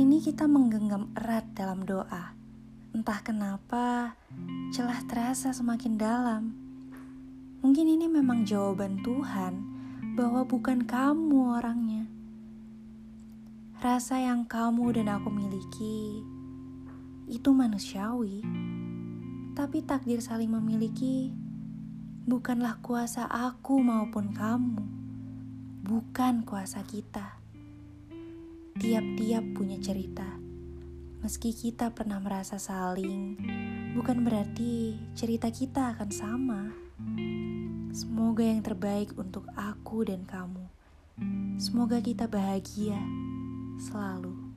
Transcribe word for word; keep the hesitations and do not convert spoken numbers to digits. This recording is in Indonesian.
ini kita menggenggam erat dalam doa. Entah kenapa, celah terasa semakin dalam. Mungkin ini memang jawaban Tuhan bahwa bukan kamu orangnya. Rasa yang kamu dan aku miliki itu manusiawi. Tapi takdir saling memiliki bukanlah kuasa aku maupun kamu. Bukan kuasa kita. Tiap-tiap punya cerita. Meski kita pernah merasa saling, bukan berarti cerita kita akan sama. Semoga yang terbaik untuk aku dan kamu. Semoga kita bahagia selalu.